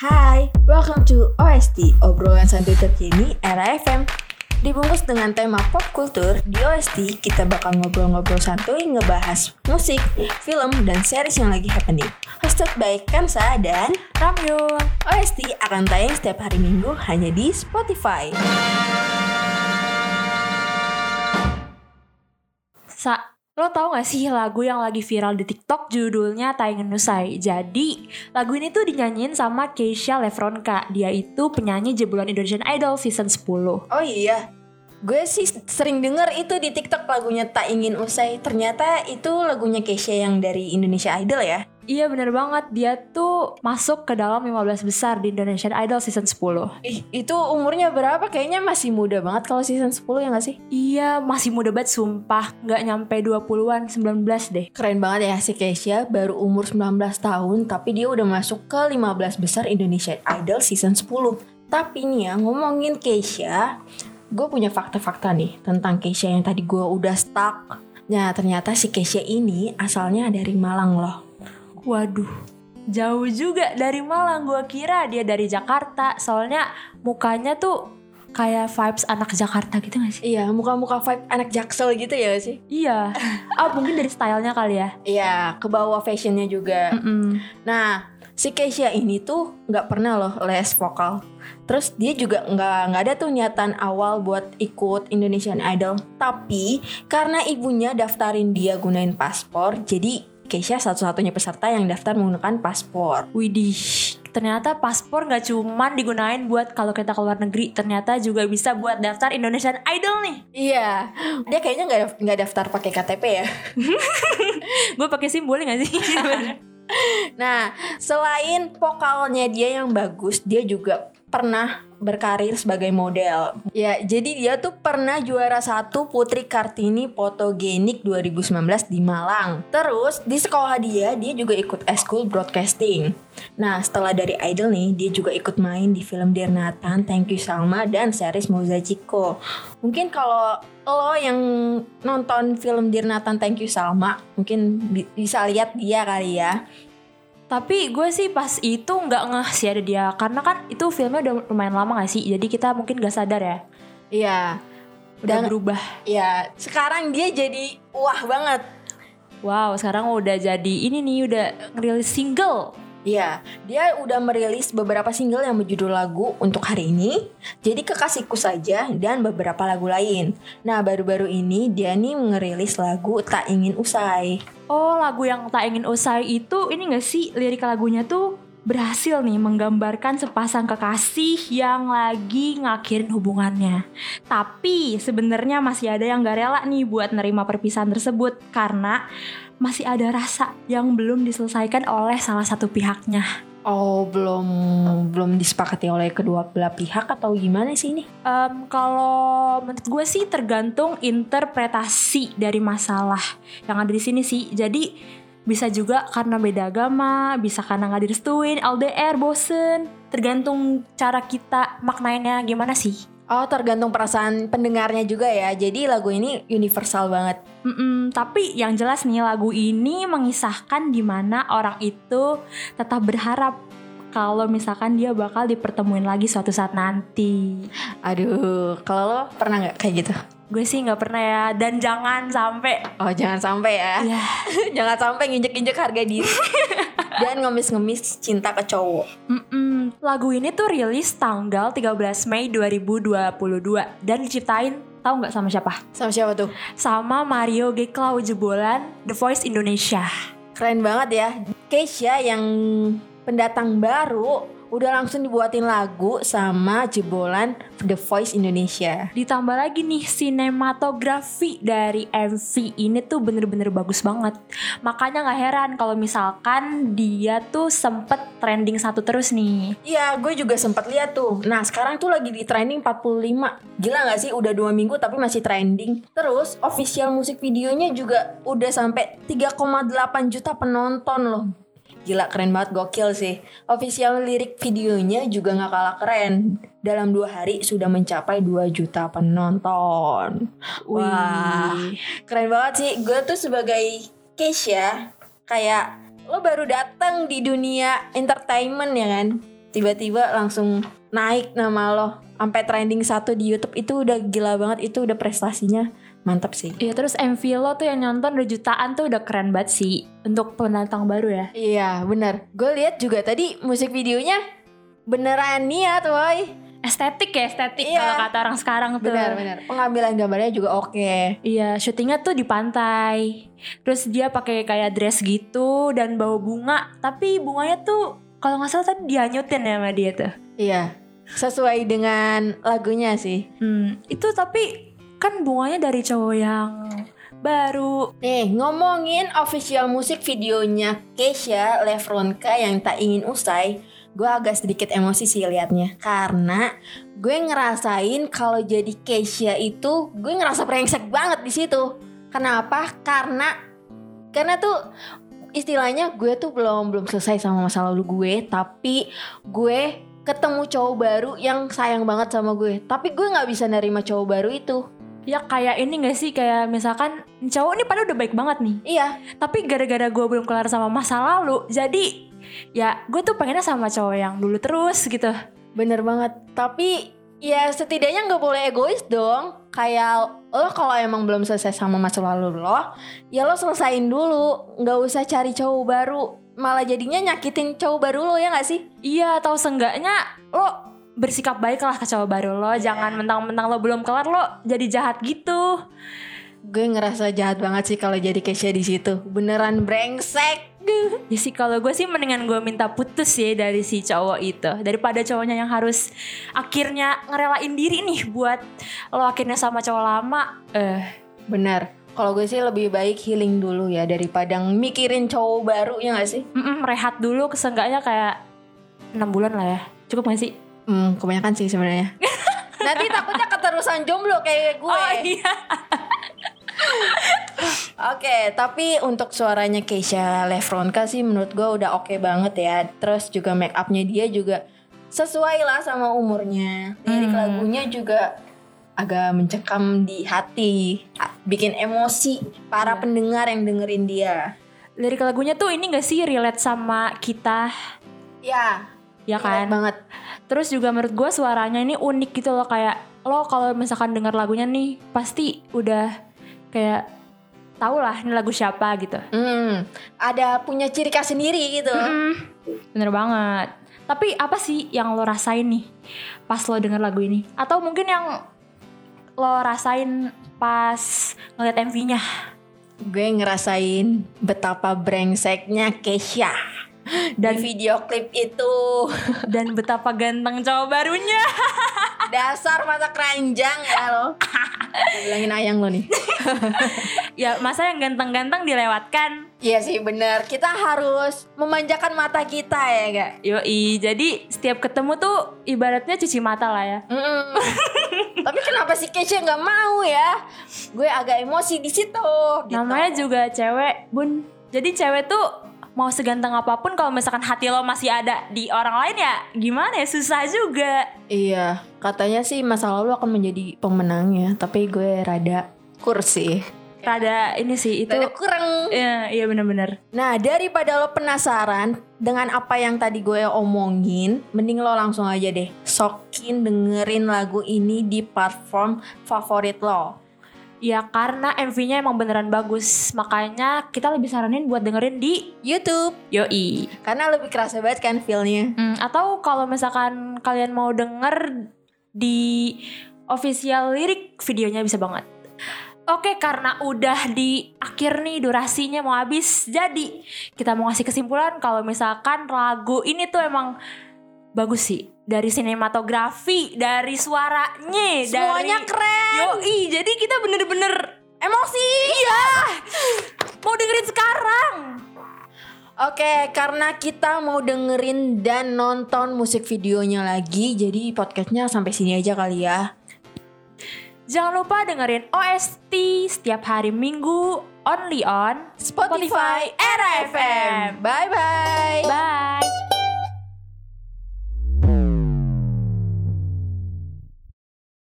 Hai, welcome to OST, obrolan santai terkini era FM. Dibungkus dengan tema pop culture, di OST kita bakal ngobrol-ngobrol santuy ngebahas musik, film, dan series yang lagi happening. Hosted by Kansa dan Ramyul. OST akan tayang setiap hari Minggu hanya di Spotify. Lo tau gak sih lagu yang lagi viral di TikTok judulnya Tak Ingin Usai? Jadi lagu ini tuh dinyanyiin sama Keisha Lefronka. Dia itu penyanyi jebolan Indonesian Idol season 10. Oh iya, gue sih sering denger itu di TikTok lagunya Tak Ingin Usai. Ternyata itu lagunya Keisha yang dari Indonesia Idol ya? Iya bener banget, dia tuh masuk ke dalam 15 besar di Indonesian Idol season 10. Itu umurnya berapa? Kayaknya masih muda banget kalau season 10 ya gak sih? Iya, masih muda banget sumpah. Gak nyampe 20-an, 19 deh. Keren banget ya si Keisha, baru umur 19 tahun tapi dia udah masuk ke 15 besar Indonesian Idol season 10. Tapi nih ya, ngomongin Keisha, gue punya fakta-fakta nih tentang Keisha yang tadi gue udah stuck. Nah, ternyata si Keisha ini asalnya dari Malang loh. Waduh, jauh juga dari Malang. Gue kira dia dari Jakarta. Soalnya mukanya tuh kayak vibes anak Jakarta gitu gak sih? Iya, muka-muka vibe anak Jaksel gitu ya sih? Iya. Mungkin dari stylenya kali ya. Iya, ke bawah fashionnya juga. Nah, si Keisha ini tuh gak pernah loh les vokal. Terus dia juga gak ada tuh niatan awal buat ikut Indonesian Idol. Tapi karena ibunya daftarin dia gunain paspor, jadi Keisha satu-satunya peserta yang daftar menggunakan paspor. Widih, ternyata paspor gak cuman digunain buat kalau kita keluar negeri, ternyata juga bisa buat daftar Indonesian Idol nih. Iya, dia kayaknya nggak daftar pakai KTP ya. Gue pakai SIM boleh gak sih? Nah, selain vokalnya dia yang bagus, dia juga pernah berkarir sebagai model. Ya, jadi dia tuh pernah juara 1 Putri Kartini Fotogenik 2019 di Malang. Terus di sekolah dia juga ikut eskul broadcasting. Nah, setelah dari Idol nih, dia juga ikut main di film Dear Nathan, Thank You Salma, dan series Mozachico. Mungkin kalau lo yang nonton film Dear Nathan, Thank You Salma, mungkin bisa lihat dia kali ya. Tapi gue sih pas itu gak ngeh sih ada dia. Karena kan itu filmnya udah lumayan lama gak sih? Jadi kita mungkin gak sadar ya. Iya. Udah berubah. Iya. Sekarang dia jadi wah banget. Wow, sekarang udah jadi ini nih, udah ngerilis single. Iya, dia udah merilis beberapa single yang berjudul lagu Untuk Hari Ini, Jadi Kekasihku Saja, dan beberapa lagu lain. Nah, baru-baru ini dia nih ngerilis lagu Tak Ingin Usai. Oh, lagu yang Tak Ingin Usai itu ini gak sih lirik lagunya tuh berhasil nih menggambarkan sepasang kekasih yang lagi ngakhirin hubungannya. Tapi sebenarnya masih ada yang gak rela nih buat nerima perpisahan tersebut karena masih ada rasa yang belum diselesaikan oleh salah satu pihaknya. Oh, belum disepakati oleh kedua belah pihak atau gimana sih ini? Kalau menurut gue sih tergantung interpretasi dari masalah yang ada di sini sih. Jadi bisa juga karena beda agama, bisa karena gak direstuin, LDR, bosen. Tergantung cara kita maknainnya gimana sih. Oh, tergantung perasaan pendengarnya juga ya. Jadi lagu ini universal banget. Tapi yang jelas nih lagu ini mengisahkan di mana orang itu tetap berharap kalau misalkan dia bakal dipertemuin lagi suatu saat nanti. Aduh, kalau lo pernah gak kayak gitu? Gue sih gak pernah ya. Dan jangan sampai. Oh, jangan sampai ya. Yeah. Jangan sampai nginjek-injek harga diri. Dan ngemis-ngemis cinta ke cowok. Lagu ini tuh rilis tanggal 13 Mei 2022 dan diciptain tahu nggak sama siapa? Sama siapa tuh? Sama Mario Geklau jebolan The Voice Indonesia. Keren banget ya. Keisha yang pendatang baru udah langsung dibuatin lagu sama jebolan The Voice Indonesia. Ditambah lagi nih sinematografi dari MV ini tuh bener-bener bagus banget. Makanya gak heran kalau misalkan dia tuh sempet trending 1 terus nih. Iya, gue juga sempet lihat tuh. Nah, sekarang tuh lagi di trending 45. Gila gak sih? Udah 2 minggu tapi masih trending. Terus official musik videonya juga udah sampai 3,8 juta penonton loh. Gila, keren banget, gokil sih. Official lirik videonya juga gak kalah keren. Dalam 2 hari sudah mencapai 2 juta penonton. Wah, keren banget sih. Gue tuh sebagai Keisha, kayak lo baru datang di dunia entertainment ya kan. tiba-tiba langsung naik nama lo sampai trending 1 di YouTube, itu udah gila banget, itu udah prestasinya mantap sih. Iya, terus MV lo tuh yang nonton udah jutaan tuh udah keren banget sih untuk pendatang baru ya. Iya benar, gue lihat juga tadi musik videonya beneran niat woy. Estetik ya, estetik Iya. kalau kata orang sekarang tuh. Benar. Pengambilan gambarnya juga oke. Iya, syutingnya tuh di pantai. Terus dia pakai kayak dress gitu dan bawa bunga, tapi bunganya tuh kalau nggak salah tadi dihanyutin ya sama dia tuh. Iya, sesuai dengan lagunya sih. Itu tapi kan bunganya dari cowok yang baru. Nih, ngomongin official musik videonya Kesha Lefronka yang tak ingin usai, gue agak sedikit emosi sih liatnya. Karena gue ngerasain kalau jadi Kesha itu gue ngerasa brengsek banget di situ. Kenapa? Karena tuh istilahnya gue tuh belum selesai sama masa lalu gue, tapi gue ketemu cowok baru yang sayang banget sama gue, tapi gue nggak bisa nerima cowok baru itu. Ya kayak ini gak sih, kayak misalkan cowok ini padahal udah baik banget nih, Iya, tapi gara-gara gue belum kelar sama masa lalu, jadi ya gue tuh pengennya sama cowok yang dulu terus gitu. bener banget. Tapi ya setidaknya nggak boleh egois dong. Kayak lo kalau emang belum selesai sama masa lalu lo, ya lo selesain dulu, nggak usah cari cowok baru, malah jadinya nyakitin cowok baru lo, ya nggak sih? Iya, atau seenggaknya lo bersikap baik lah ke cowok baru lo. Jangan mentang-mentang lo belum kelar lo jadi jahat gitu. Gue ngerasa jahat banget sih kalau jadi Kesha di situ. Beneran brengsek. Ya sih, kalau gue sih mendingan gue minta putus ya dari si cowok itu, daripada cowoknya yang harus akhirnya ngerelain diri nih buat lo akhirnya sama cowok lama. Bener. Kalau gue sih lebih baik healing dulu ya daripada mikirin cowok baru, ya gak sih? Rehat dulu, seenggaknya kayak 6 bulan lah ya. Cukup gak sih? Kebanyakan sih sebenarnya. Nanti takutnya keterusan jomblo kayak gue. Oh iya. Oke, tapi untuk suaranya Kesha Lefronka sih menurut gue udah oke banget ya. Terus juga make upnya dia juga sesuai lah sama umurnya. Lirik lagunya juga agak mencekam di hati, bikin emosi para pendengar yang dengerin dia. Lirik lagunya tuh ini gak sih, relate sama kita? Ya kan? Banget. Terus juga menurut gue suaranya ini unik gitu loh. Kayak lo kalau misalkan denger lagunya nih pasti udah kayak tau lah ini lagu siapa gitu. Ada punya ciri khas sendiri gitu. Bener banget. Tapi apa sih yang lo rasain nih pas lo denger lagu ini? Atau mungkin yang lo rasain pas ngeliat MV-nya? Gue ngerasain betapa brengseknya Kesha dan video klip itu. Dan betapa ganteng cowok barunya. Dasar mata keranjang ya lo. Bilangin ayang lo nih. Ya masa yang ganteng-ganteng dilewatkan. Iya sih bener. Kita harus memanjakan mata kita ya gak? Yoi, jadi setiap ketemu tuh ibaratnya cuci mata lah ya. Tapi kenapa si Kesha gak mau ya? Gue agak emosi di situ gitu. Namanya juga cewek, Bun. Jadi cewek tuh mau seganteng apapun, kalau misalkan hati lo masih ada di orang lain ya gimana ya, susah juga. Iya, katanya sih masa lalu akan menjadi pemenangnya. Tapi gue rada kursi. Rada ini sih, itu Rada kurang. Iya benar-benar. Nah, daripada lo penasaran dengan apa yang tadi gue omongin, mending lo langsung aja deh sokin dengerin lagu ini di platform favorit lo. Ya karena MV-nya emang beneran bagus, makanya kita lebih saranin buat dengerin di YouTube. Yoi. Karena lebih kerasa banget kan feel-nya. Atau kalau misalkan kalian mau denger di official lirik videonya bisa banget. Oke, karena udah di akhir nih, durasinya mau habis, jadi kita mau ngasih kesimpulan kalau misalkan lagu ini tuh emang bagus sih. Dari sinematografi, dari suaranya, semuanya dari keren. Yoi, jadi kita bener-bener Emosi. iya mau dengerin sekarang. Oke, karena kita mau dengerin dan nonton musik videonya lagi, jadi podcastnya sampai sini aja kali ya. Jangan lupa dengerin OST setiap hari Minggu only on Spotify Era FM. Bye bye. Bye.